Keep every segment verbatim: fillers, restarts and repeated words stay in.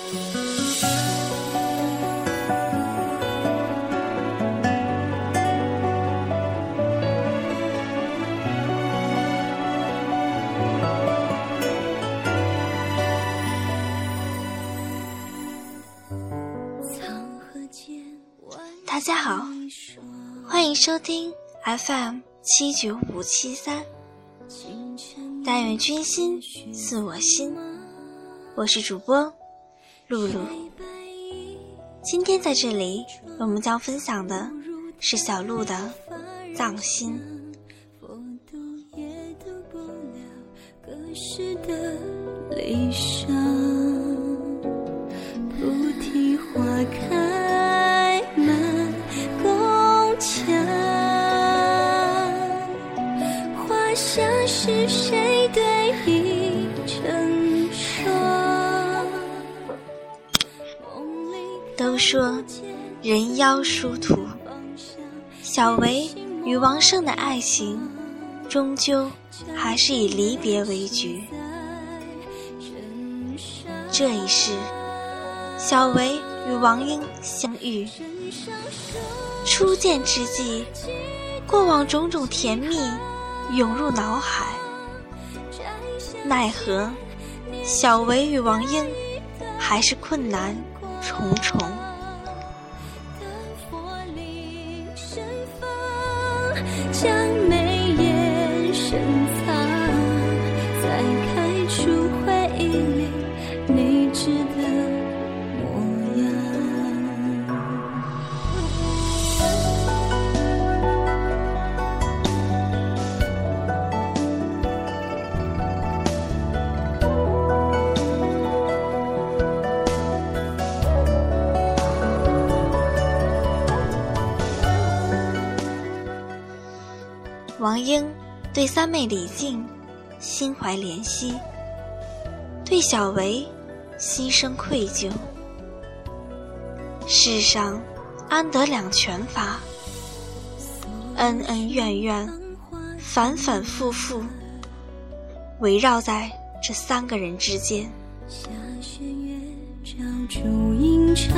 大家好，欢迎收听 F M 七九五七三，但愿君心似我心，我是主播露露。今天在这里我们将分享的是小鹿的藏心。 佛度也度不了隔世的离殇，菩提花开满宫墙，花香是谁对影成双？ 都说人妖殊途，小维与王胜的爱情终究还是以离别为局。这一世，小维与王英相遇，初见之际，过往种种甜蜜涌入脑海，奈何小维与王英还是困难重重。 将眉眼深藏，再开出回忆里你值得模样。 王英对三妹李静心怀怜惜，对小维心生愧疚。世上安得两全法，恩恩怨怨反反复复围绕在这三个人之间。 下弦月照烛阴长，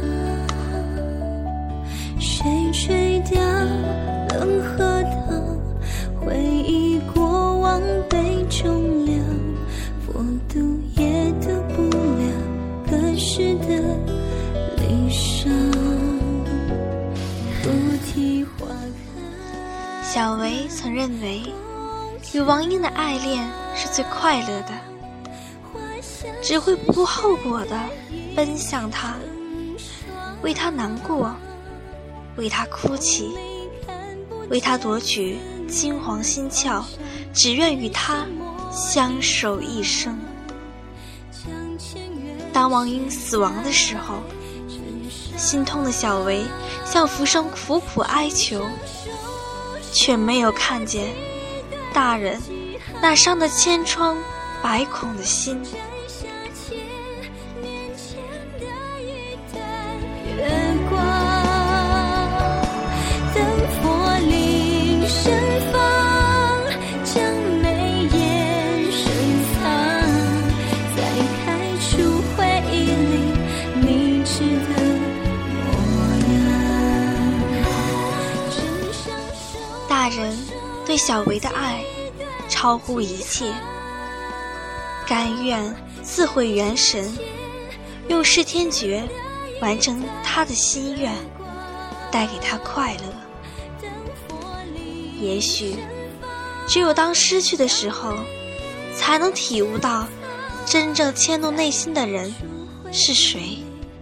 谁吹掉冷荷塘，回忆过往杯中凉，佛度也度不了隔世的离殇，菩提花开。 小维曾认为与王英的爱恋是最快乐的，只会不顾后果的奔向他，为他难过，为他哭泣，为他夺取金黄心窍，只愿与他相守一生。当王英死亡的时候，心痛的小维向浮生苦苦哀求，却没有看见大人那伤得千疮百孔的心。大人对小维的爱超乎一切，甘愿自毁元神，用噬天诀完成他的心愿，带给他快乐。也许只有当失去的时候，才能体悟到真正牵动内心的人是谁。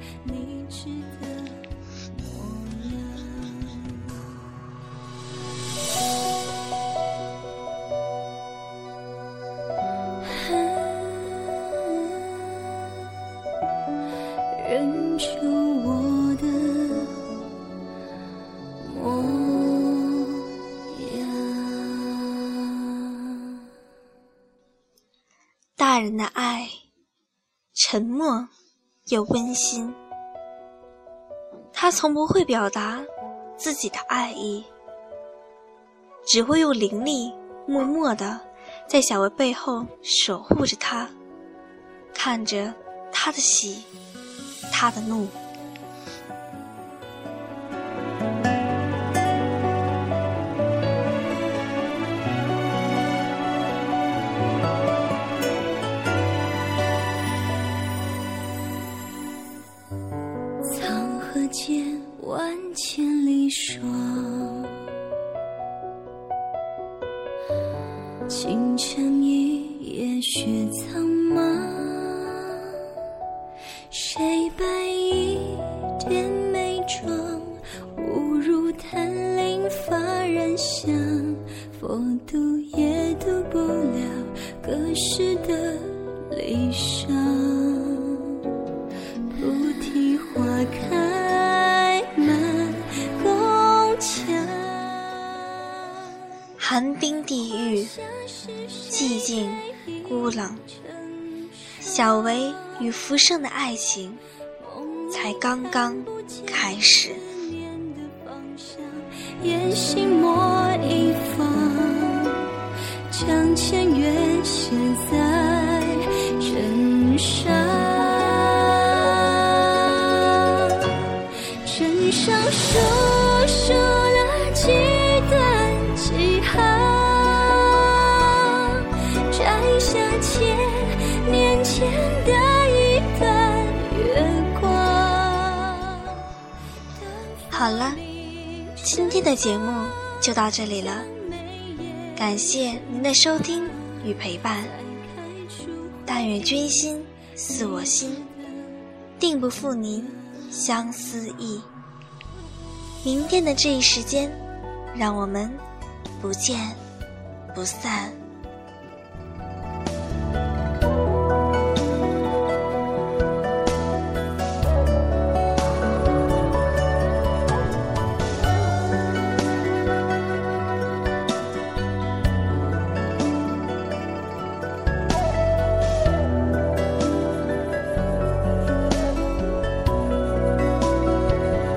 认出我的模样。 大人的爱沉默又温馨，他从不会表达自己的爱意，只会用灵力默默地在小维背后守护着他，看着他的喜， 他的怒。 沧河间万千里霜，清晨一夜雪苍茫，谁白一点眉妆，误入檀林发染香，佛读也读不了隔世的离殇。菩提花开满宫墙， 寒冰地狱，寂静孤冷，小维与福盛的爱情才刚刚开始。 烟心莫一方，将千月写在枕上，枕上数数了几段几行，摘下千年前的一段月光。 好了，今天的节目就到这里了，感谢您的收听与陪伴。但愿君心似我心，定不负您相思意。明天的这一时间，让我们不见不散。